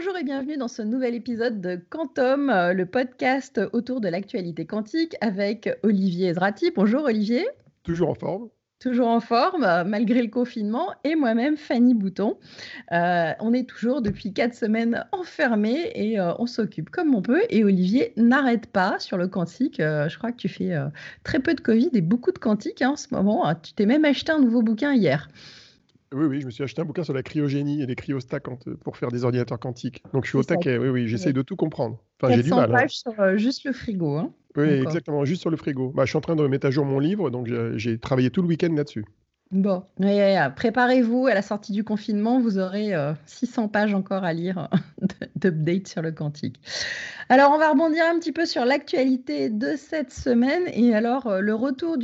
Bonjour et bienvenue dans ce nouvel épisode de Quantum, le podcast autour de l'actualité quantique avec Olivier Ezrati. Bonjour Olivier. Toujours en forme. Toujours en forme, malgré le confinement, et moi-même, Fanny Bouton. On est toujours depuis 4 semaines enfermés et on s'occupe comme on peut. Et Olivier n'arrête pas sur le quantique. Je crois que tu fais très peu de Covid et beaucoup de quantique en ce moment. Tu t'es même acheté un nouveau bouquin hier. Oui, je me suis acheté un bouquin sur la cryogénie et les cryostats pour faire des ordinateurs quantiques. Donc je suis au C'est ça. taquet, oui, j'essaye Ouais. de tout comprendre. Enfin, j'ai du 400 mal, hein. pages sur juste le frigo. Hein, Oui, encore. exactement, juste sur le frigo. Je suis en train de mettre à jour mon livre, donc j'ai travaillé tout le week-end là-dessus. Bon, préparez-vous à la sortie du confinement, vous aurez 600 pages encore à lire d'update sur le quantique. Alors, on va rebondir un petit peu sur l'actualité de cette semaine et alors le retour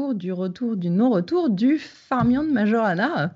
du non-retour du fermion de Majorana,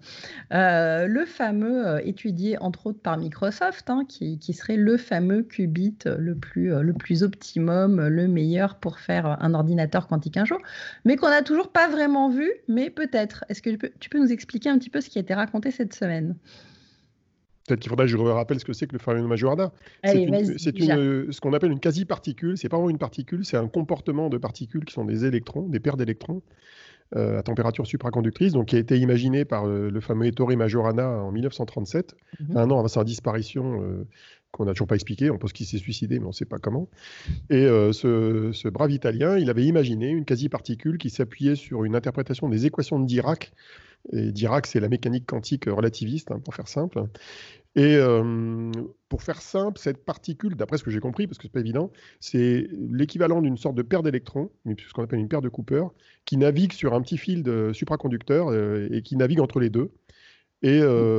le fameux étudié entre autres par Microsoft, hein, qui serait le fameux qubit le plus optimum, le meilleur pour faire un ordinateur quantique un jour, mais qu'on n'a toujours pas vraiment vu, mais peut-être. Est-ce que tu peux nous expliquer un petit peu ce qui a été raconté cette semaine? Peut-être qu'il faudrait que je rappelle ce que c'est que le fermion de Majorana. Allez, vas-y, déjà. Ce qu'on appelle une quasi-particule. C'est pas vraiment une particule, c'est un comportement de particules qui sont des électrons, des paires d'électrons à température supraconductrice, donc qui a été imaginé par le fameux Ettore Majorana en 1937, un an avant sa disparition, qu'on n'a toujours pas expliqué. On pense qu'il s'est suicidé, mais on ne sait pas comment. Et ce brave Italien, il avait imaginé une quasi-particule qui s'appuyait sur une interprétation des équations de Dirac. Et Dirac, c'est la mécanique quantique relativiste, hein, pour faire simple. Et pour faire simple, cette particule, d'après ce que j'ai compris, parce que c'est pas évident, c'est l'équivalent d'une sorte de paire d'électrons, ce qu'on appelle une paire de Cooper, qui navigue sur un petit fil de supraconducteur et qui navigue entre les deux. Et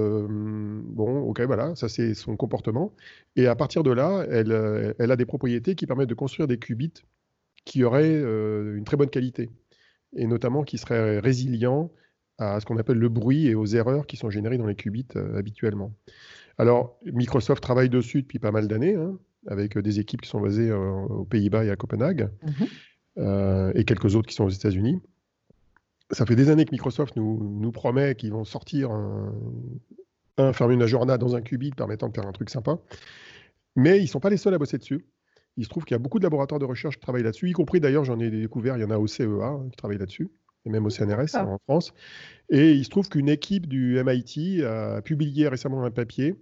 bon, ok, voilà, ça c'est son comportement. Et à partir de là, elle a des propriétés qui permettent de construire des qubits qui auraient une très bonne qualité, et notamment qui seraient résilients à ce qu'on appelle le bruit et aux erreurs qui sont générées dans les qubits habituellement. Alors, Microsoft travaille dessus depuis pas mal d'années, hein, avec des équipes qui sont basées aux Pays-Bas et à Copenhague, et quelques autres qui sont aux États-Unis. Ça fait des années que Microsoft nous promet qu'ils vont sortir un fermion Majorana dans un qubit permettant de faire un truc sympa. Mais ils ne sont pas les seuls à bosser dessus. Il se trouve qu'il y a beaucoup de laboratoires de recherche qui travaillent là-dessus, y compris d'ailleurs, j'en ai découvert, il y en a au CEA qui travaillent là-dessus, et même au CNRS en France. Et il se trouve qu'une équipe du MIT a publié récemment un papier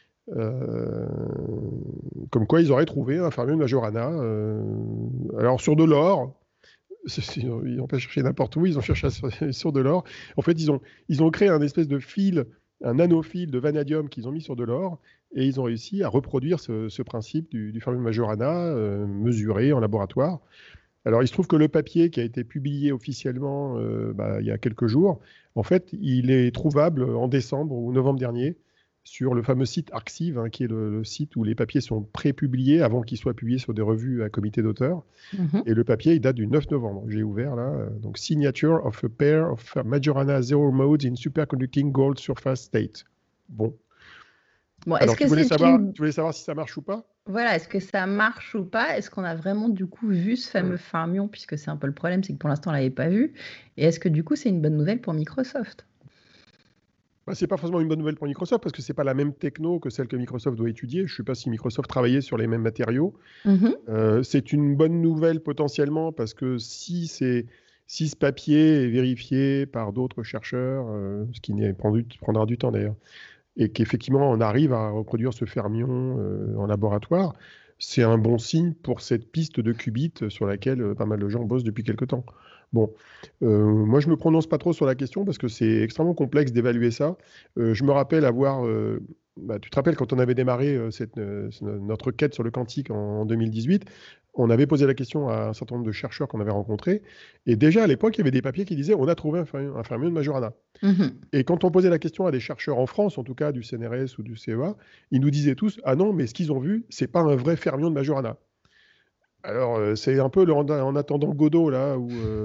comme quoi ils auraient trouvé un fermion de Majorana. Alors sur de l'or, ils n'ont pas cherché n'importe où, ils ont cherché sur de l'or. En fait, ils ont créé un espèce de fil, un nanofil de vanadium qu'ils ont mis sur de l'or, et ils ont réussi à reproduire ce principe du fermion de Majorana mesuré en laboratoire. Alors, il se trouve que le papier qui a été publié officiellement il y a quelques jours, en fait, il est trouvable en décembre ou novembre dernier sur le fameux site Arxiv, hein, qui est le site où les papiers sont pré-publiés avant qu'ils soient publiés sur des revues à comité d'auteurs. Et le papier, il date du 9 novembre. J'ai ouvert là. Donc, Signature of a pair of Majorana zero modes in superconducting gold surface state. Bon. Bon, Alors, tu voulais savoir si ça marche ou pas? Voilà, est-ce que ça marche ou pas? Est-ce qu'on a vraiment du coup vu ce fameux fermion, puisque c'est un peu le problème, c'est que pour l'instant on l'avait pas vu. Et est-ce que du coup c'est une bonne nouvelle pour Microsoft? C'est pas forcément une bonne nouvelle pour Microsoft parce que c'est pas la même techno que celle que Microsoft doit étudier. Je ne sais pas si Microsoft travaillait sur les mêmes matériaux. C'est une bonne nouvelle potentiellement parce que si ce papier est vérifié par d'autres chercheurs, ce qui prendra du temps d'ailleurs, et qu'effectivement on arrive à reproduire ce fermion en laboratoire, c'est un bon signe pour cette piste de qubits sur laquelle pas mal de gens bossent depuis quelque temps. Bon, moi je me prononce pas trop sur la question parce que c'est extrêmement complexe d'évaluer ça. Je me rappelle avoir, tu te rappelles quand on avait démarré notre quête sur le quantique en 2018, on avait posé la question à un certain nombre de chercheurs qu'on avait rencontrés, et déjà à l'époque il y avait des papiers qui disaient on a trouvé un fermion de Majorana. Et quand on posait la question à des chercheurs en France, en tout cas du CNRS ou du CEA, ils nous disaient tous ah non, mais ce qu'ils ont vu, c'est pas un vrai fermion de Majorana. Alors, c'est un peu en attendant Godot, là,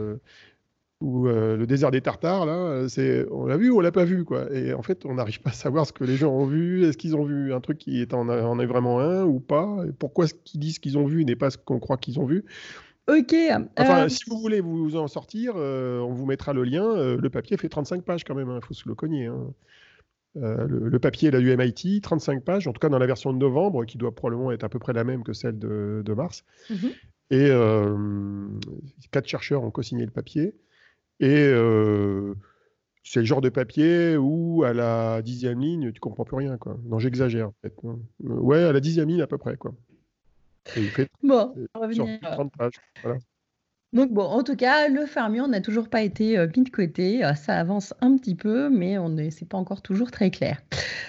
ou le désert des Tartares, là, on l'a vu ou on l'a pas vu, quoi. Et en fait, on n'arrive pas à savoir ce que les gens ont vu. Est-ce qu'ils ont vu un truc qui en est vraiment un ou pas? Et pourquoi ce qu'ils disent qu'ils ont vu n'est pas ce qu'on croit qu'ils ont vu? Ok. Enfin, si vous voulez vous en sortir, on vous mettra le lien. Le papier fait 35 pages quand même, il faut se le cogner, hein. Le papier là, du MIT, 35 pages, en tout cas dans la version de novembre, qui doit probablement être à peu près la même que celle de mars. Mhm. Et 4 chercheurs ont co-signé le papier. Et c'est le genre de papier où à la 10e ligne, tu comprends plus rien, quoi. Non, j'exagère, en fait. Ouais, à la 10e ligne à peu près, quoi. Et il fait Bon, on va sur revenir. plus de 30 pages. Voilà. Donc bon, en tout cas, le fermion n'a toujours pas été mis de côté. Ça avance un petit peu, mais c'est pas encore toujours très clair.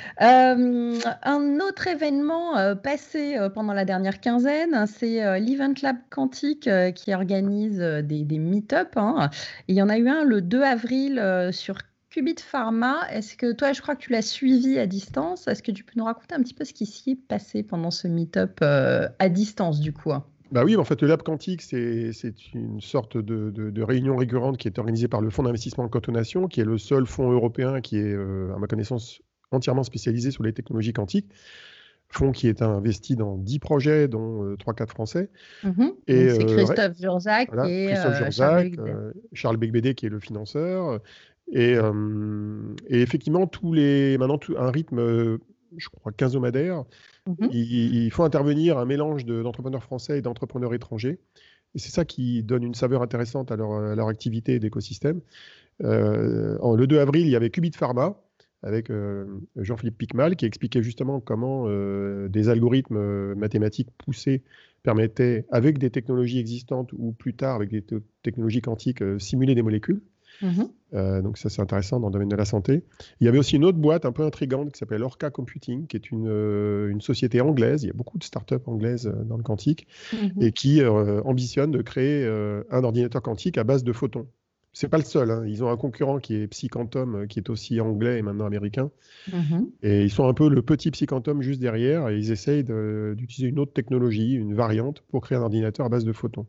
Un autre événement passé pendant la dernière quinzaine, c'est l'Event Lab Quantique qui organise des meet-up. Hein. Il y en a eu un le 2 avril sur Qubit Pharma. Est-ce que toi, je crois que tu l'as suivi à distance. Est-ce que tu peux nous raconter un petit peu ce qui s'y est passé pendant ce meet-up à distance du coup? Bah oui, en fait, le Lab Quantique, c'est une sorte de réunion récurrente qui est organisée par le Fonds d'investissement Cotonation, qui est le seul fonds européen qui est, à ma connaissance, entièrement spécialisé sur les technologies quantiques. Fonds qui est investi dans 10 projets, dont 3-4 français. Et c'est Christophe Jurzac voilà, et Christophe Jurzac, Charles Becbédé qui est le financeur. Et effectivement, maintenant, un rythme, je crois, quinzomadaire, il faut intervenir un mélange d'entrepreneurs français et d'entrepreneurs étrangers. Et c'est ça qui donne une saveur intéressante à leur activité d'écosystème. Le 2 avril, il y avait Qubit Pharma, avec Jean-Philippe Picmal, qui expliquait justement comment des algorithmes mathématiques poussés permettaient, avec des technologies existantes ou plus tard avec des technologies quantiques, simuler des molécules. Donc ça, c'est intéressant dans le domaine de la santé. Il y avait aussi une autre boîte un peu intrigante qui s'appelle Orca Computing, qui est une société anglaise. Il y a beaucoup de startups anglaises dans le quantique et qui ambitionne de créer un ordinateur quantique à base de photons. C'est pas le seul. Hein. Ils ont un concurrent qui est Psyquantum, qui est aussi anglais et maintenant américain. Et ils sont un peu le petit Psyquantum juste derrière et ils essayent d'utiliser une autre technologie, une variante, pour créer un ordinateur à base de photons.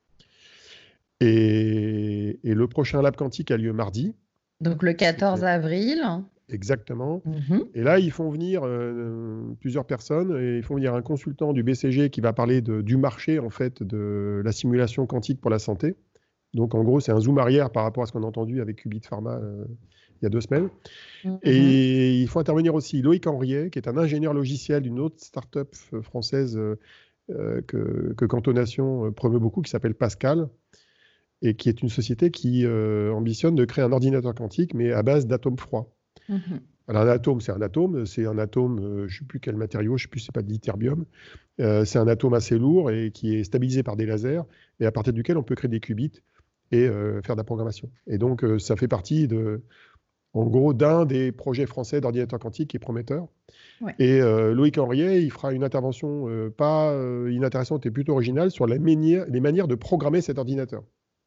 Et le prochain Lab Quantique a lieu mardi. Donc le 14 avril. Exactement. Et là, ils font venir plusieurs personnes et ils font venir un consultant du BCG qui va parler du marché en fait, de la simulation quantique pour la santé. Donc, en gros, c'est un zoom arrière par rapport à ce qu'on a entendu avec Qubit Pharma il y a 2 semaines. Et il faut intervenir aussi Loïc Henriet, qui est un ingénieur logiciel d'une autre start-up française que Cantonation promeut beaucoup, qui s'appelle Pascal, et qui est une société qui ambitionne de créer un ordinateur quantique, mais à base d'atomes froids. Alors, un atome, c'est un atome. C'est un atome, je ne sais plus quel matériau, je ne sais plus si c'est pas de l'ytterbium. C'est un atome assez lourd et qui est stabilisé par des lasers, et à partir duquel on peut créer des qubits et faire de la programmation. Et donc, ça fait partie en gros, d'un des projets français d'ordinateur quantique qui est prometteur. Ouais. Et Loïc Henriet, il fera une intervention pas inintéressante et plutôt originale sur les manières de programmer cet ordinateur.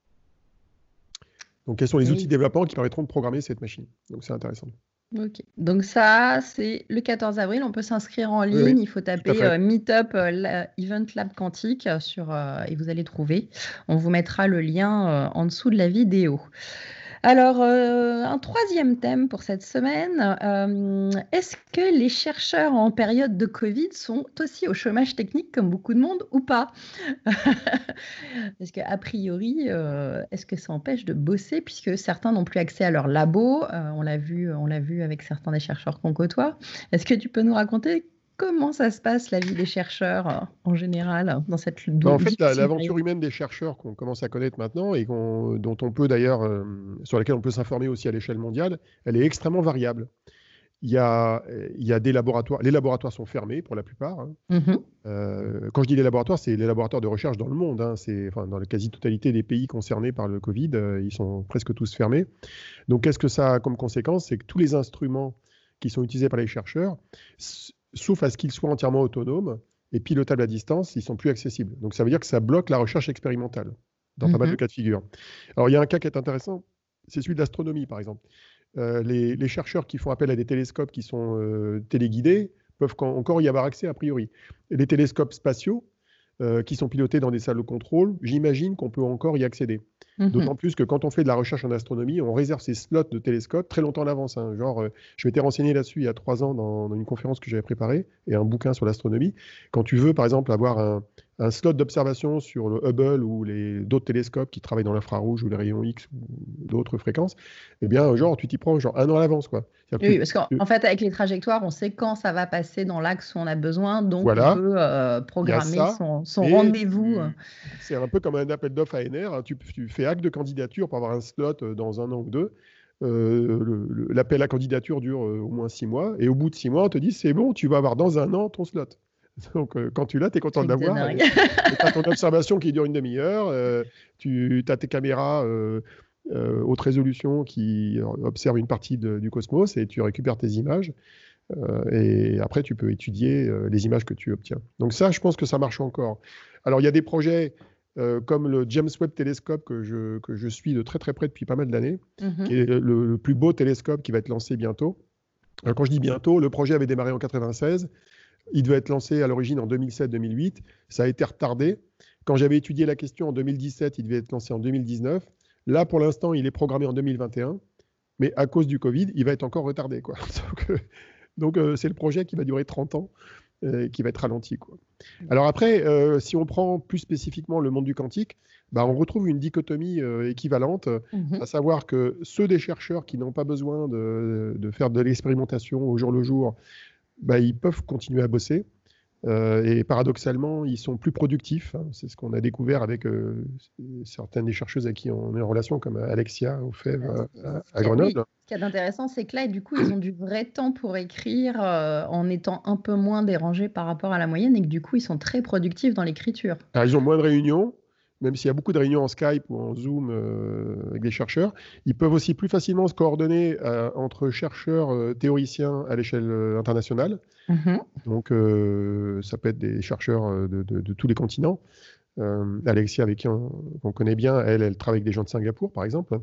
Donc, quels sont les outils de développement qui permettront de programmer cette machine? Donc, c'est intéressant. Ok, donc ça, c'est le 14 avril. On peut s'inscrire en ligne. Oui, il faut taper Meetup Event Lab Quantique et vous allez trouver. On vous mettra le lien en dessous de la vidéo. Alors, un troisième thème pour cette semaine. Est-ce que les chercheurs en période de Covid sont aussi au chômage technique comme beaucoup de monde ou pas? Parce qu'a priori, est-ce que ça empêche de bosser puisque certains n'ont plus accès à leur labo? On l'a vu avec certains des chercheurs qu'on côtoie. Est-ce que tu peux nous raconter comment ça se passe, la vie des chercheurs en général dans cette en fait, l'aventure humaine des chercheurs qu'on commence à connaître maintenant et dont on peut d'ailleurs, sur laquelle on peut s'informer aussi à l'échelle mondiale, elle est extrêmement variable. Il y a des laboratoires. Les laboratoires sont fermés pour la plupart. Hein. Quand je dis les laboratoires, c'est les laboratoires de recherche dans le monde. Hein. Dans la quasi-totalité des pays concernés par le Covid, ils sont presque tous fermés. Donc, qu'est-ce que ça a comme conséquence? C'est que tous les instruments qui sont utilisés par les chercheurs, sauf à ce qu'ils soient entièrement autonomes et pilotables à distance, ils ne sont plus accessibles. Donc, ça veut dire que ça bloque la recherche expérimentale dans pas mal de cas de figure. Alors, il y a un cas qui est intéressant, c'est celui de l'astronomie, par exemple. Les chercheurs qui font appel à des télescopes qui sont téléguidés peuvent encore y avoir accès a priori. Et les télescopes spatiaux qui sont pilotés dans des salles de contrôle, j'imagine qu'on peut encore y accéder. D'autant plus que quand on fait de la recherche en astronomie, on réserve ces slots de télescopes très longtemps en avance. Hein. Genre, je m'étais renseigné là-dessus il y a 3 ans dans une conférence que j'avais préparée et un bouquin sur l'astronomie. Quand tu veux, par exemple, avoir un slot d'observation sur le Hubble ou d'autres télescopes qui travaillent dans l'infrarouge ou les rayons X ou d'autres fréquences, eh bien, genre, tu t'y prends genre 1 an à l'avance, quoi. Oui, parce qu'en fait, avec les trajectoires, on sait quand ça va passer dans l'axe où on a besoin, donc on Voilà, peut il y a programmer ça. son Et rendez-vous. c'est un peu comme un appel d'offres ANR, hein. Tu fais acte de candidature pour avoir un slot dans 1 an ou 2. L'appel à candidature dure au moins 6 mois. Et au bout de 6 mois, on te dit, c'est bon, tu vas avoir dans 1 an ton slot. Donc, quand tu l'as, tu es content de Truc de l'avoir. Et dingue. tu as ton observation qui dure une demi-heure. Tu as tes caméras haute résolution qui observent une partie du cosmos et tu récupères tes images. Et après, tu peux étudier les images que tu obtiens. Donc ça, je pense que ça marche encore. Alors, il y a des projets comme le James Webb Telescope que je suis de très très près depuis pas mal d'années, qui est le plus beau télescope qui va être lancé bientôt. Alors, quand je dis bientôt, le projet avait démarré en 96. Il devait être lancé à l'origine en 2007-2008. Ça a été retardé. Quand j'avais étudié la question en 2017, il devait être lancé en 2019. Là, pour l'instant, il est programmé en 2021. Mais à cause du Covid, il va être encore retardé, quoi. Donc, c'est le projet qui va durer 30 ans, qui va être ralenti, quoi. Alors après, si on prend plus spécifiquement le monde du quantique, bah, on retrouve une dichotomie équivalente, à savoir que ceux des chercheurs qui n'ont pas besoin de faire de l'expérimentation au jour le jour, bah, ils peuvent continuer à bosser. Et paradoxalement, ils sont plus productifs, hein. C'est ce qu'on a découvert avec certaines des chercheuses avec qui on est en relation, comme Alexia Ofev à Grenoble. Oui, ce qu'il y a d'intéressant, c'est que là, du coup, ils ont du vrai temps pour écrire en étant un peu moins dérangés par rapport à la moyenne et que du coup, ils sont très productifs dans l'écriture. Alors, ils ont moins de réunions, même s'il y a beaucoup de réunions en Skype ou en Zoom avec des chercheurs. Ils peuvent aussi plus facilement se coordonner entre chercheurs théoriciens à l'échelle internationale. Donc, ça peut être des chercheurs de tous les continents. Alexia, avec qui on connaît bien, elle travaille avec des gens de Singapour, par exemple.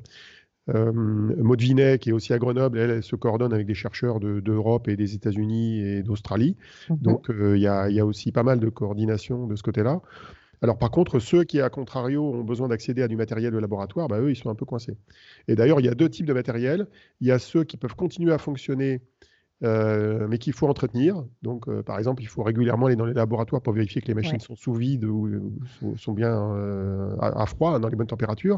Maud Vinet, qui est aussi à Grenoble, elle se coordonne avec des chercheurs d'Europe et des États-Unis et d'Australie. Donc, il y a aussi pas mal de coordination de ce côté-là. Alors, par contre, ceux qui, à contrario, ont besoin d'accéder à du matériel de laboratoire, bah, eux, ils sont un peu coincés. Et d'ailleurs, il y a 2 types de matériel. Il y a ceux qui peuvent continuer à fonctionner, mais qu'il faut entretenir. Donc, par exemple, il faut régulièrement aller dans les laboratoires pour vérifier que les machines sont sous vide ou sont bien à froid, hein, dans les bonnes températures.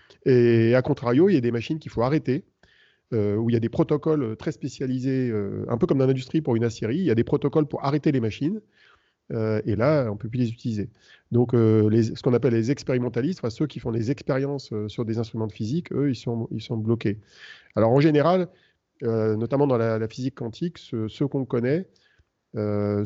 Et à contrario, il y a des machines qu'il faut arrêter, où il y a des protocoles très spécialisés, un peu comme dans l'industrie pour une aciérie. Il y a des protocoles pour arrêter les machines. Et là, on ne peut plus les utiliser. Donc, ce qu'on appelle les expérimentalistes, enfin, ceux qui font des expériences sur des instruments de physique, eux, ils sont bloqués. Alors, en général, notamment dans la physique quantique, ceux qu'on connaît, il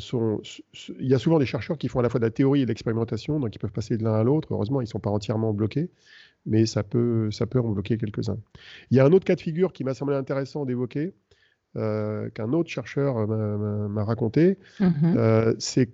y a souvent des chercheurs qui font à la fois de la théorie et de l'expérimentation, donc ils peuvent passer de l'un à l'autre. Heureusement, ils ne sont pas entièrement bloqués, mais ça peut en bloquer quelques-uns. Il y a un autre cas de figure qui m'a semblé intéressant d'évoquer, qu'un autre chercheur m'a raconté, c'est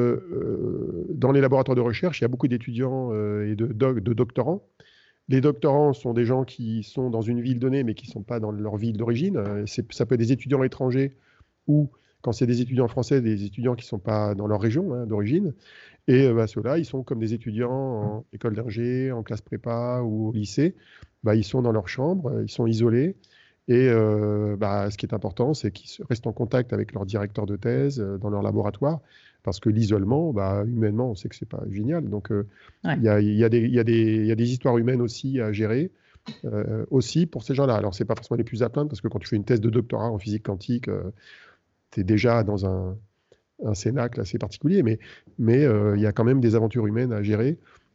que dans les laboratoires de recherche, il y a beaucoup d'étudiants et de doctorants. Les doctorants sont des gens qui sont dans une ville donnée, mais qui ne sont pas dans leur ville d'origine. Ça peut être des étudiants étrangers ou, quand c'est des étudiants français, des étudiants qui ne sont pas dans leur région, hein, d'origine. Et ceux-là, ils sont comme des étudiants en école d'ingé, en classe prépa ou au lycée. Ils sont dans leur chambre, ils sont isolés. Et ce qui est important, c'est qu'ils restent en contact avec leur directeur de thèse dans leur laboratoire, parce que l'isolement, humainement, on sait que c'est pas génial. Donc, il y a des histoires humaines aussi à gérer, aussi pour ces gens-là. Alors, c'est pas forcément les plus à plaindre, parce que quand tu fais une thèse de doctorat en physique quantique, tu es déjà dans un cénacle assez particulier, mais il y a quand même des aventures humaines à gérer.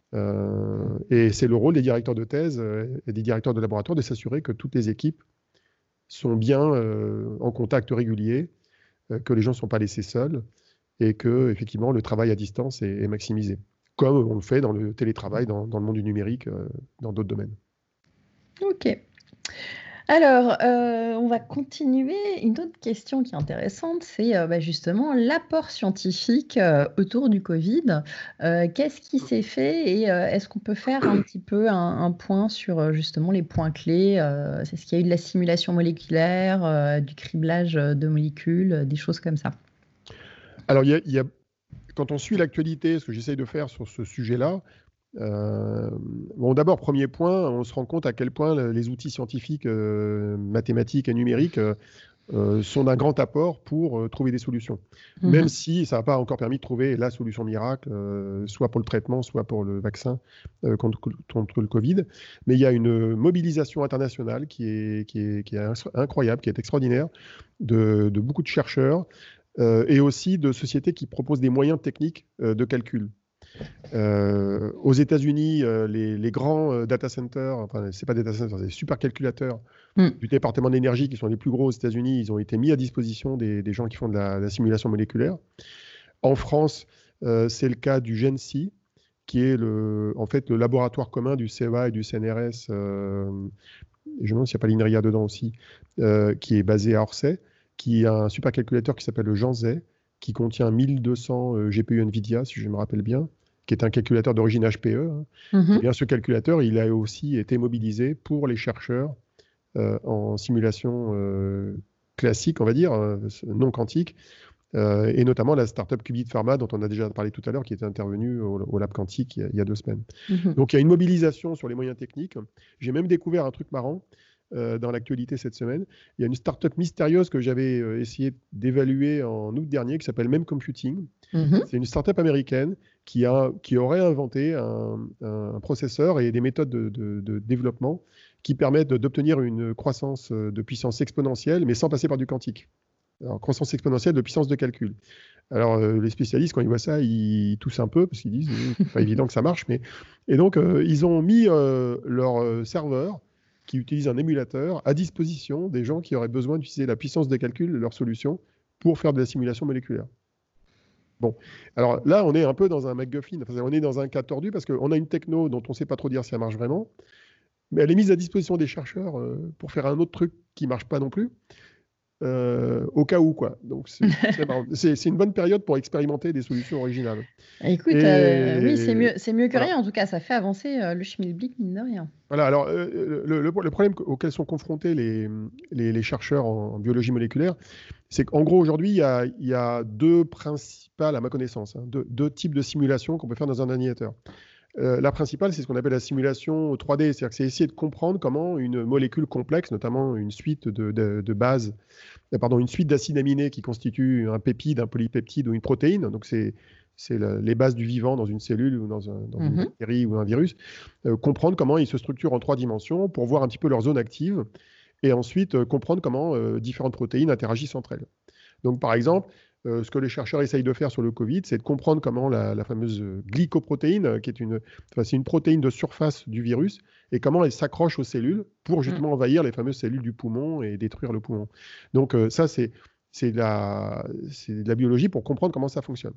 Et c'est le rôle des directeurs de thèse et des directeurs de laboratoire de s'assurer que toutes les équipes sont bien en contact régulier, que les gens ne sont pas laissés seuls et que effectivement le travail à distance est maximisé, comme on le fait dans le télétravail, dans le monde du numérique, dans d'autres domaines. Ok. Alors, on va continuer. Une autre question qui est intéressante, c'est justement l'apport scientifique autour du Covid. Qu'est-ce qui s'est fait et est-ce qu'on peut faire un petit peu un point sur justement les points clés? Est-ce qu'il y a eu de la simulation moléculaire, du criblage de molécules, des choses comme ça? Alors, quand on suit l'actualité, ce que j'essaye de faire sur ce sujet-là, d'abord, premier point, on se rend compte à quel point les outils scientifiques, mathématiques et numériques sont d'un grand apport pour trouver des solutions. Même si ça n'a pas encore permis de trouver la solution miracle, soit pour le traitement, soit pour le vaccin contre le Covid. Mais il y a une mobilisation internationale qui est incroyable, qui est extraordinaire, de beaucoup de chercheurs et aussi de sociétés qui proposent des moyens techniques de calcul. Aux États-Unis, les grands data centers, enfin, c'est pas data centers, c'est des supercalculateurs du département de l'énergie qui sont les plus gros aux États-Unis, ils ont été mis à disposition des gens qui font de la simulation moléculaire. En France, c'est le cas du GENSI, qui est en fait le laboratoire commun du CEA et du CNRS. Je me demande s'il n'y a pas l'INRIA dedans aussi, qui est basé à Orsay, qui a un supercalculateur qui s'appelle le Janzai, qui contient 1200 GPU NVIDIA, si je me rappelle bien, qui est un calculateur d'origine HPE. Et bien, ce calculateur, il a aussi été mobilisé pour les chercheurs en simulation classique, on va dire, non quantique, et notamment la startup Qubit Pharma, dont on a déjà parlé tout à l'heure, qui était intervenue au Lab Quantique il y a 2 semaines. Donc, il y a une mobilisation sur les moyens techniques. J'ai même découvert un truc marrant dans l'actualité cette semaine. Il y a une startup mystérieuse que j'avais essayé d'évaluer en août dernier, qui s'appelle Mem Computing. C'est une startup américaine qui aurait inventé un processeur et des méthodes de développement qui permettent d'obtenir une croissance de puissance exponentielle, mais sans passer par du quantique. Alors, croissance exponentielle de puissance de calcul. Alors, les spécialistes, quand ils voient ça, ils toussent un peu parce qu'ils disent c'est pas évident que ça marche. Et donc, ils ont mis leur serveur qui utilise un émulateur à disposition des gens qui auraient besoin d'utiliser la puissance de calcul de leur solution pour faire de la simulation moléculaire. Bon, alors là, on est un peu dans un MacGuffin, enfin, on est dans un cas tordu parce qu'on a une techno dont on ne sait pas trop dire si elle marche vraiment, mais elle est mise à disposition des chercheurs pour faire un autre truc qui ne marche pas non plus, au cas où, quoi. Donc, c'est une bonne période pour expérimenter des solutions originales. Écoute, oui, c'est mieux que rien. En tout cas, ça fait avancer le schmilblick, mine de rien. Voilà, alors le problème auquel sont confrontés les chercheurs en biologie moléculaire, c'est qu'en gros, aujourd'hui, il y a 2 principales, à ma connaissance, deux types de simulations qu'on peut faire dans un ordinateur. La principale, c'est ce qu'on appelle la simulation 3D, c'est-à-dire que c'est essayer de comprendre comment une molécule complexe, notamment une suite une suite d'acides aminés qui constituent un peptide, un polypeptide ou une protéine, donc c'est les bases du vivant dans une cellule ou dans une bactérie ou un virus, comprendre comment ils se structurent en 3 dimensions pour voir un petit peu leur zone active et ensuite comprendre comment différentes protéines interagissent entre elles. Donc par exemple, ce que les chercheurs essayent de faire sur le Covid, c'est de comprendre comment la fameuse glycoprotéine, qui est c'est une protéine de surface du virus, et comment elle s'accroche aux cellules pour justement envahir les fameuses cellules du poumon et détruire le poumon. Donc ça, c'est de la biologie pour comprendre comment ça fonctionne.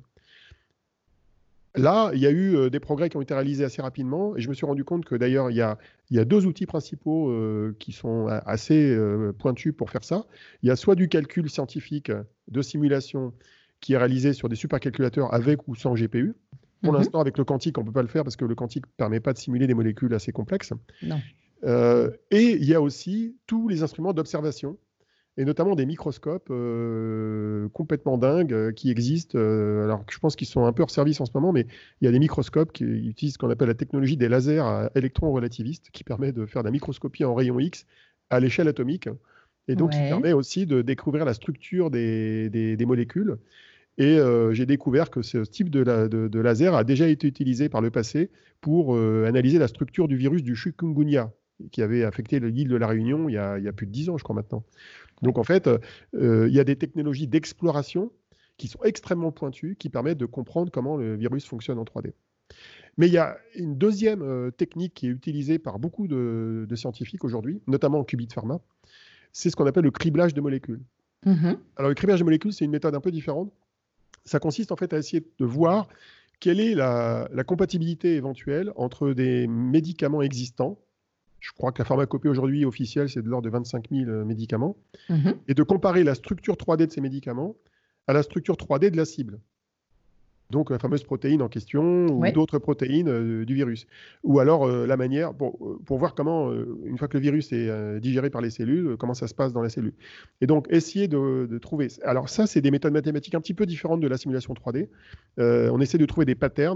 Là, il y a eu des progrès qui ont été réalisés assez rapidement et je me suis rendu compte que d'ailleurs, il y a 2 outils principaux qui sont assez pointus pour faire ça. Il y a soit du calcul scientifique de simulation qui est réalisé sur des supercalculateurs avec ou sans GPU. Pour l'instant, avec le quantique, on ne peut pas le faire parce que le quantique ne permet pas de simuler des molécules assez complexes. Non. Et il y a aussi tous les instruments d'observation et notamment des microscopes complètement dingues qui existent. Alors, je pense qu'ils sont un peu hors service en ce moment, mais il y a des microscopes qui utilisent ce qu'on appelle la technologie des lasers à électrons relativistes, qui permet de faire de la microscopie en rayon X à l'échelle atomique, et donc qui permet aussi de découvrir la structure des molécules. Et j'ai découvert que ce type de laser a déjà été utilisé par le passé pour analyser la structure du virus du chikungunya, qui avait affecté l'île de la Réunion il y a plus de 10 ans, je crois maintenant. Donc en fait, il y a des technologies d'exploration qui sont extrêmement pointues, qui permettent de comprendre comment le virus fonctionne en 3D. Mais il y a une deuxième technique qui est utilisée par beaucoup de scientifiques aujourd'hui, notamment en Qubit Pharma, c'est ce qu'on appelle le criblage de molécules. Alors le criblage de molécules, c'est une méthode un peu différente. Ça consiste en fait à essayer de voir quelle est la compatibilité éventuelle entre des médicaments existants. Je crois que la pharmacopée aujourd'hui officielle, c'est de l'ordre de 25 000 médicaments, et de comparer la structure 3D de ces médicaments à la structure 3D de la cible. Donc la fameuse protéine en question ou d'autres protéines du virus. Ou alors la manière, pour voir comment, une fois que le virus est digéré par les cellules, comment ça se passe dans la cellule. Et donc essayer de trouver... Alors ça, c'est des méthodes mathématiques un petit peu différentes de la simulation 3D. On essaie de trouver des patterns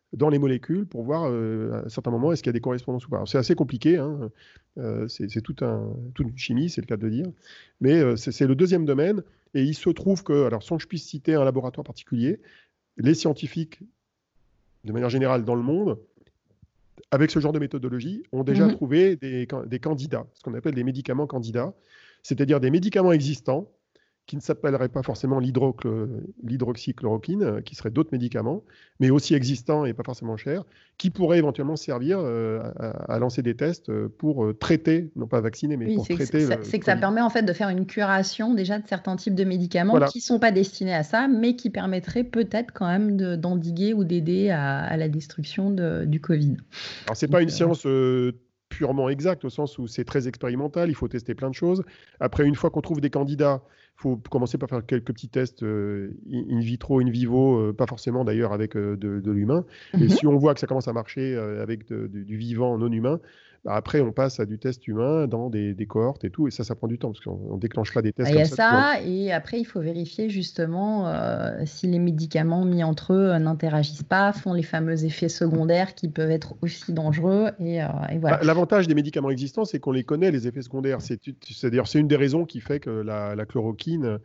dans les molécules pour voir à un certain moment est-ce qu'il y a des correspondances ou pas. Alors, c'est assez compliqué, hein. C'est toute une chimie, c'est le cas de le dire. Mais c'est le deuxième domaine. Et il se trouve que, alors sans que je puisse citer un laboratoire particulier, les scientifiques, de manière générale dans le monde, avec ce genre de méthodologie, ont déjà trouvé des candidats, ce qu'on appelle des médicaments candidats, c'est-à-dire des médicaments existants qui ne s'appelleraient pas forcément l'hydroxychloroquine, qui seraient d'autres médicaments, mais aussi existants et pas forcément chers, qui pourraient éventuellement servir à lancer des tests pour traiter, non pas vacciner, mais pour traiter c'est que ça permet en fait de faire une curation déjà de certains types de médicaments Voilà. qui ne sont pas destinés à ça, mais qui permettraient peut-être quand même d'endiguer ou d'aider à la destruction du Covid. Alors, ce n'est pas une science purement exacte, au sens où c'est très expérimental, il faut tester plein de choses. Après, une fois qu'on trouve des candidats, il faut commencer par faire quelques petits tests in vitro, in vivo, pas forcément d'ailleurs avec de l'humain. Et si on voit que ça commence à marcher avec du vivant non humain, bah après on passe à du test humain dans des cohortes et tout, et ça prend du temps, parce qu'on déclenche là des tests Il y comme a ça. ça, et après il faut vérifier justement si les médicaments mis entre eux n'interagissent pas, font les fameux effets secondaires qui peuvent être aussi dangereux, et voilà. L'avantage des médicaments existants, c'est qu'on les connaît, les effets secondaires. C'est-à-dire, c'est une des raisons qui fait que la chloroquine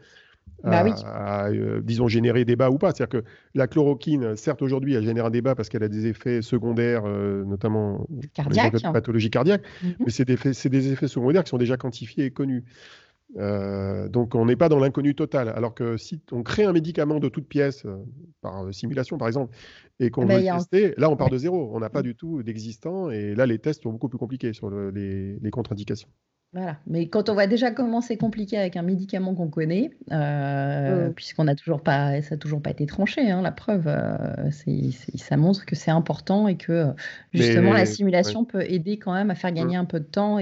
a, disons, généré débat ou pas. C'est-à-dire que la chloroquine, certes, aujourd'hui, elle génère un débat parce qu'elle a des effets secondaires, notamment cardiaques, pathologie cardiaque, mais c'est des effets secondaires qui sont déjà quantifiés et connus. Donc, on n'est pas dans l'inconnu total. Alors que si on crée un médicament de toute pièce, par simulation par exemple, et qu'on veut le tester, là, on part de zéro. On n'a pas du tout d'existant. Et là, les tests sont beaucoup plus compliqués sur les contre-indications. Voilà. Mais quand on voit déjà comment c'est compliqué avec un médicament qu'on connaît, puisqu'on n'a toujours pas, ça n'a toujours pas été tranché, hein, la preuve, ça montre que c'est important et que justement la simulation peut aider quand même à faire gagner un peu de temps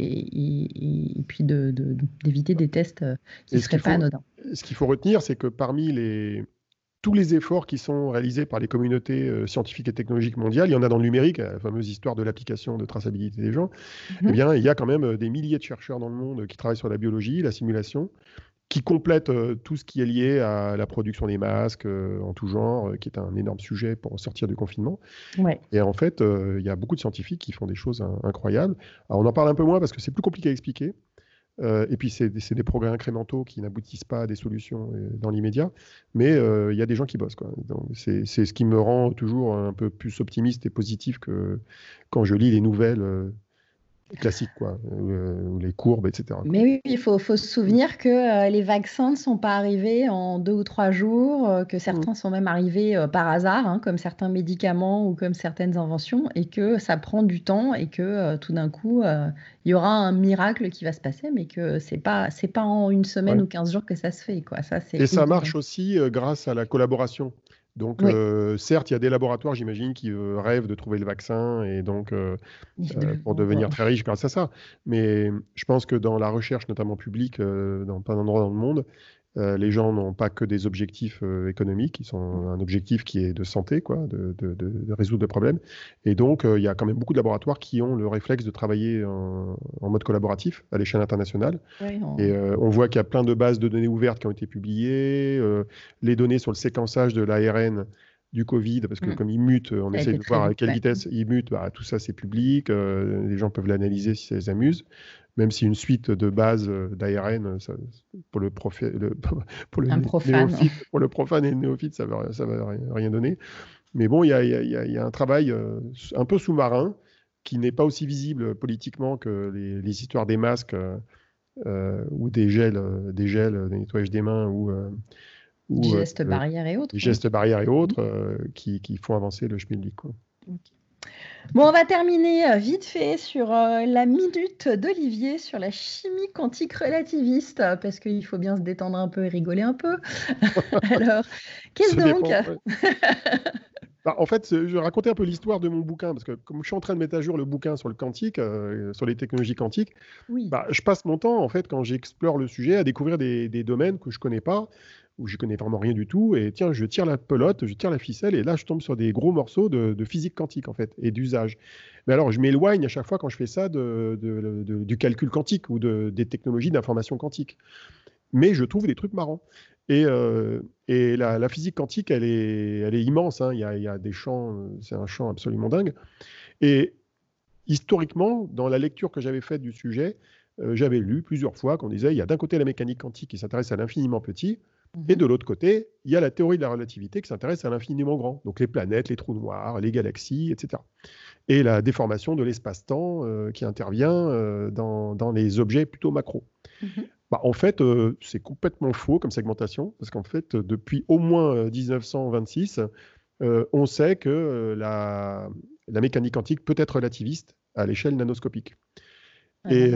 et puis d'éviter des tests qui ne seraient pas anodins. Ce qu'il faut retenir, c'est que parmi tous les efforts qui sont réalisés par les communautés scientifiques et technologiques mondiales, il y en a dans le numérique, la fameuse histoire de l'application de traçabilité des gens, eh bien, il y a quand même des milliers de chercheurs dans le monde qui travaillent sur la biologie, la simulation, qui complètent tout ce qui est lié à la production des masques en tout genre, qui est un énorme sujet pour sortir du confinement. Ouais. Et en fait, il y a beaucoup de scientifiques qui font des choses incroyables. Alors, on en parle un peu moins parce que c'est plus compliqué à expliquer. Et puis, c'est des progrès incrémentaux qui n'aboutissent pas à des solutions dans l'immédiat. Mais il y a des gens qui bossent, quoi. C'est ce qui me rend toujours un peu plus optimiste et positif que quand je lis les nouvelles classiques, quoi, ou les courbes, etc. quoi. Mais oui, il faut se souvenir que les vaccins ne sont pas arrivés en 2 ou 3 jours, que certains sont même arrivés par hasard, hein, comme certains médicaments ou comme certaines inventions, et que ça prend du temps et que tout d'un coup, il y aura un miracle qui va se passer, mais que c'est pas en une semaine ou 15 jours que ça se fait, quoi. Ça, c'est Et ça évident. marche aussi grâce à la collaboration. Donc, certes, il y a des laboratoires, j'imagine, qui rêvent de trouver le vaccin et donc pour devenir très riches grâce à ça. Mais je pense que dans la recherche, notamment publique, dans plein d'endroits dans le monde, les gens n'ont pas que des objectifs économiques, ils ont un objectif qui est de santé, quoi, de résoudre le problème. Et donc, il y a quand même beaucoup de laboratoires qui ont le réflexe de travailler en mode collaboratif à l'échelle internationale. Et on voit qu'il y a plein de bases de données ouvertes qui ont été publiées, les données sur le séquençage de l'ARN du Covid, parce que comme il mute, on essaie de voir à quelle vitesse il mute, bah, tout ça c'est public, les gens peuvent l'analyser si ça les amuse. Même si une suite de bases d'ARN, pour le profane et le néophyte, ça va rien donner. Mais bon, il y a un travail un peu sous-marin qui n'est pas aussi visible politiquement que les histoires des masques ou des gels, des nettoyages des mains ou des gestes barrières et autres. Des gestes barrières et autres qui font avancer le schmilblick, quoi. Okay. Bon, on va terminer vite fait sur la minute d'Olivier sur la chimie quantique relativiste, parce qu'il faut bien se détendre un peu et rigoler un peu. Alors, qu'est-ce donc En fait, je racontais un peu l'histoire de mon bouquin, parce que comme je suis en train de mettre à jour le bouquin sur le quantique, sur les technologies quantiques, je passe mon temps, en fait, quand j'explore le sujet, à découvrir des domaines que je ne connais pas, où je connais vraiment rien du tout, et tiens, je tire la pelote, je tire la ficelle, et là, je tombe sur des gros morceaux de physique quantique, en fait, et d'usage. Mais alors, je m'éloigne à chaque fois quand je fais ça du calcul quantique ou des technologies d'information quantique. Mais je trouve des trucs marrants. Et la physique quantique, elle est immense, hein. Il y a des champs, c'est un champ absolument dingue. Et historiquement, dans la lecture que j'avais faite du sujet, j'avais lu plusieurs fois qu'on disait il y a d'un côté la mécanique quantique qui s'intéresse à l'infiniment petit, et de l'autre côté, il y a la théorie de la relativité qui s'intéresse à l'infiniment grand, donc les planètes, les trous noirs, les galaxies, etc. Et la déformation de l'espace-temps qui intervient dans les objets plutôt macro. En fait, c'est complètement faux comme segmentation, parce qu'en fait, depuis au moins 1926, on sait que la mécanique quantique peut être relativiste à l'échelle nanoscopique. Et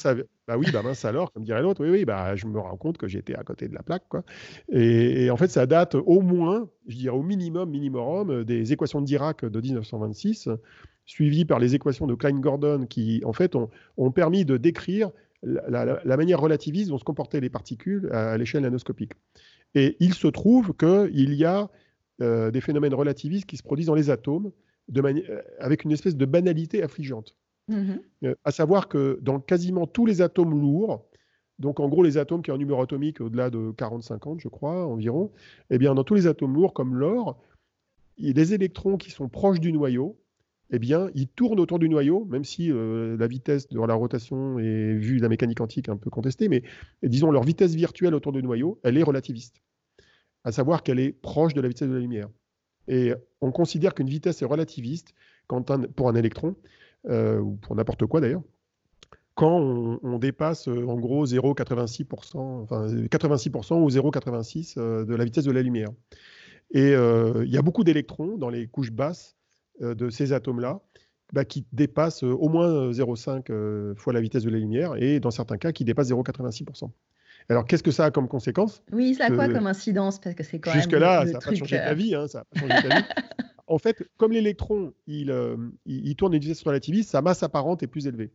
mince alors, comme dirait l'autre, oui, je me rends compte que j'étais à côté de la plaque, quoi. Et en fait, ça date au moins, je dirais au minimum, des équations de Dirac de 1926, suivies par les équations de Klein-Gordon, qui, en fait, ont permis de décrire la manière relativiste dont se comportaient les particules à l'échelle nanoscopique. Et il se trouve qu'il y a des phénomènes relativistes qui se produisent dans les atomes avec une espèce de banalité affligeante. À savoir que dans quasiment tous les atomes lourds, donc en gros les atomes qui ont un numéro atomique au-delà de 40-50, je crois, environ, eh bien dans tous les atomes lourds comme l'or, les électrons qui sont proches du noyau, eh bien, ils tournent autour du noyau, même si la vitesse de la rotation est, vu la mécanique quantique, un peu contestée, mais disons leur vitesse virtuelle autour du noyau, elle est relativiste. À savoir qu'elle est proche de la vitesse de la lumière. Et on considère qu'une vitesse est relativiste pour un électron, ou pour n'importe quoi d'ailleurs, quand on dépasse en gros 0,86%, enfin 86% ou 0,86 de la vitesse de la lumière. Et il y a beaucoup d'électrons dans les couches basses de ces atomes-là qui dépassent au moins 0,5 fois la vitesse de la lumière, et dans certains cas qui dépassent 0,86%. Alors, qu'est-ce que ça a comme conséquence? Oui, ça a quoi comme incidence? Parce que c'est quand même jusque-là, le ça n'a pas truc. changé ta vie, hein, ça n'a pas changé ta vie. En fait, comme l'électron, il tourne à une vitesse relativiste, sa masse apparente est plus élevée.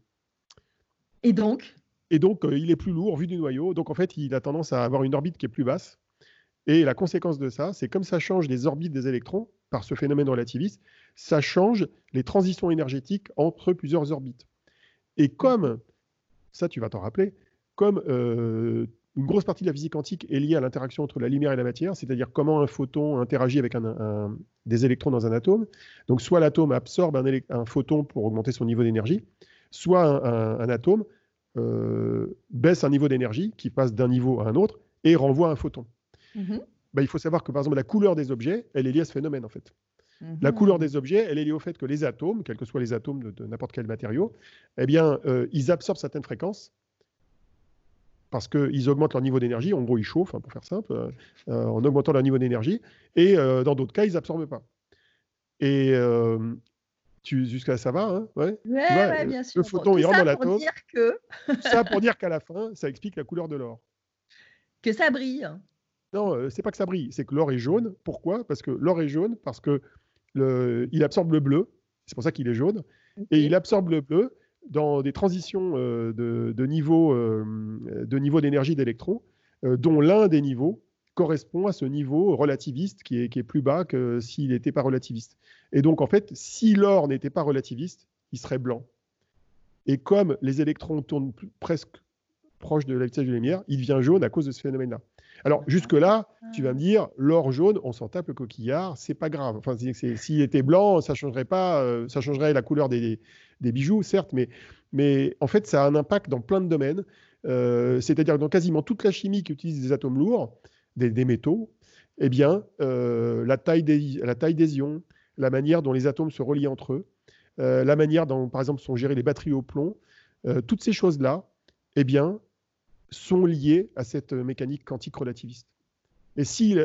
Et donc, il est plus lourd vu du noyau. Donc, en fait, il a tendance à avoir une orbite qui est plus basse. Et la conséquence de ça, c'est comme ça change les orbites des électrons par ce phénomène relativiste, ça change les transitions énergétiques entre plusieurs orbites. Et comme, ça tu vas t'en rappeler, comme une grosse partie de la physique quantique est liée à l'interaction entre la lumière et la matière, c'est-à-dire comment un photon interagit avec des électrons dans un atome. Donc soit l'atome absorbe un photon pour augmenter son niveau d'énergie, soit un atome baisse un niveau d'énergie qui passe d'un niveau à un autre et renvoie un photon. Il faut savoir que par exemple la couleur des objets, elle est liée à ce phénomène en fait. La couleur des objets, elle est liée au fait que les atomes, quels que soient les atomes de n'importe quel matériau, eh bien, ils absorbent certaines fréquences parce qu'ils augmentent leur niveau d'énergie. En gros, ils chauffent, hein, pour faire simple, en augmentant leur niveau d'énergie. Et dans d'autres cas, ils n'absorbent pas. Et jusqu'à ça va, hein, ouais. Ouais, bien sûr. Le photon, il rentre dans l'atome. Ça pour dire qu'à la fin, ça explique la couleur de l'or. Que ça brille. Non, c'est pas que ça brille, c'est que l'or est jaune. Pourquoi? Parce que l'or est jaune parce que il absorbe le bleu. C'est pour ça qu'il est jaune. Okay. Et il absorbe le bleu dans des transitions de niveau d'énergie d'électrons, dont l'un des niveaux correspond à ce niveau relativiste qui est plus bas que s'il n'était pas relativiste. Et donc, en fait, si l'or n'était pas relativiste, il serait blanc. Et comme les électrons tournent presque proche de la vitesse de la lumière, il devient jaune à cause de ce phénomène-là. Alors, jusque-là, tu vas me dire, l'or jaune, on s'en tape le coquillard, c'est pas grave. Enfin, s'il était blanc, ça changerait pas, ça changerait la couleur des bijoux, certes, mais en fait, ça a un impact dans plein de domaines. C'est-à-dire que dans quasiment toute la chimie qui utilise des atomes lourds, des métaux, eh bien, la taille des ions, la manière dont les atomes se relient entre eux, la manière dont, par exemple, sont gérées les batteries au plomb, toutes ces choses-là, eh bien, sont liées à cette mécanique quantique relativiste. Et si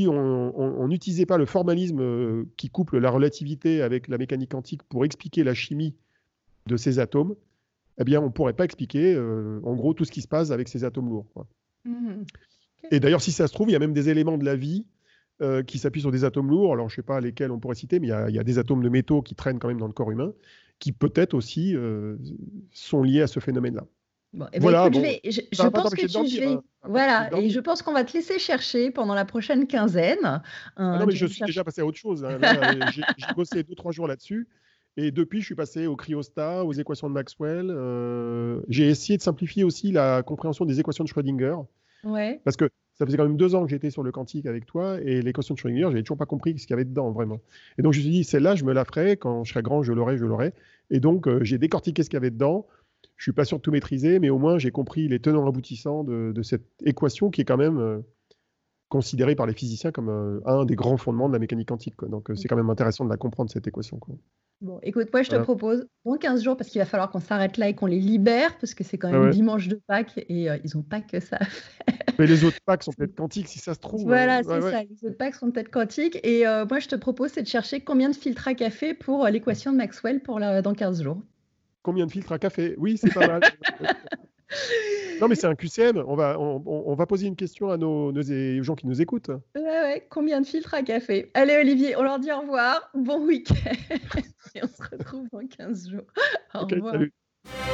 on n'utilisait pas le formalisme qui couple la relativité avec la mécanique quantique pour expliquer la chimie de ces atomes, eh bien, on ne pourrait pas expliquer, en gros, tout ce qui se passe avec ces atomes lourds, quoi. Okay. Et d'ailleurs, si ça se trouve, il y a même des éléments de la vie qui s'appuient sur des atomes lourds. Alors, je ne sais pas lesquels on pourrait citer, mais il y a des atomes de métaux qui traînent quand même dans le corps humain, qui peut-être aussi sont liés à ce phénomène-là. Bon, voilà, écoute, je pense que tu vais. Voilà, et je pense qu'on va te laisser chercher pendant la prochaine quinzaine. Non, mais je suis déjà passé à autre chose. Hein. J'ai bossé 2-3 jours là-dessus. Et depuis, je suis passé au cryostat, aux équations de Maxwell. J'ai essayé de simplifier aussi la compréhension des équations de Schrödinger. Ouais. Parce que ça faisait quand même 2 ans que j'étais sur le quantique avec toi, et l'équation de Schrödinger, j'avais toujours pas compris ce qu'il y avait dedans, vraiment. Et donc, je me suis dit, celle-là, je me la ferai, quand je serai grand, je l'aurai. Et donc, j'ai décortiqué ce qu'il y avait dedans. Je suis pas sûr de tout maîtriser, mais au moins, j'ai compris les tenants aboutissants de cette équation qui est quand même considérée par les physiciens comme un des grands fondements de la mécanique quantique, quoi. Donc, c'est quand même intéressant de la comprendre, cette équation, quoi. Bon, écoute, moi je te Voilà. propose dans 15 jours, parce qu'il va falloir qu'on s'arrête là et qu'on les libère, parce que c'est quand Ah même ouais. dimanche de Pâques et ils n'ont pas que ça à faire. Mais les autres packs sont peut-être quantiques, si ça se trouve. Voilà, Ouais, c'est ouais. ça. Les autres Pâques sont peut-être quantiques. Et moi je te propose, c'est de chercher combien de filtres à café pour l'équation de Maxwell dans 15 jours. Combien de filtres à café? Oui, c'est pas mal. Non, mais c'est un QCM. On va poser une question à nos gens qui nous écoutent. Ouais, combien de filtres à café? Allez Olivier, on leur dit au revoir, bon week-end et on se retrouve dans 15 jours. Au Ok, revoir. salut.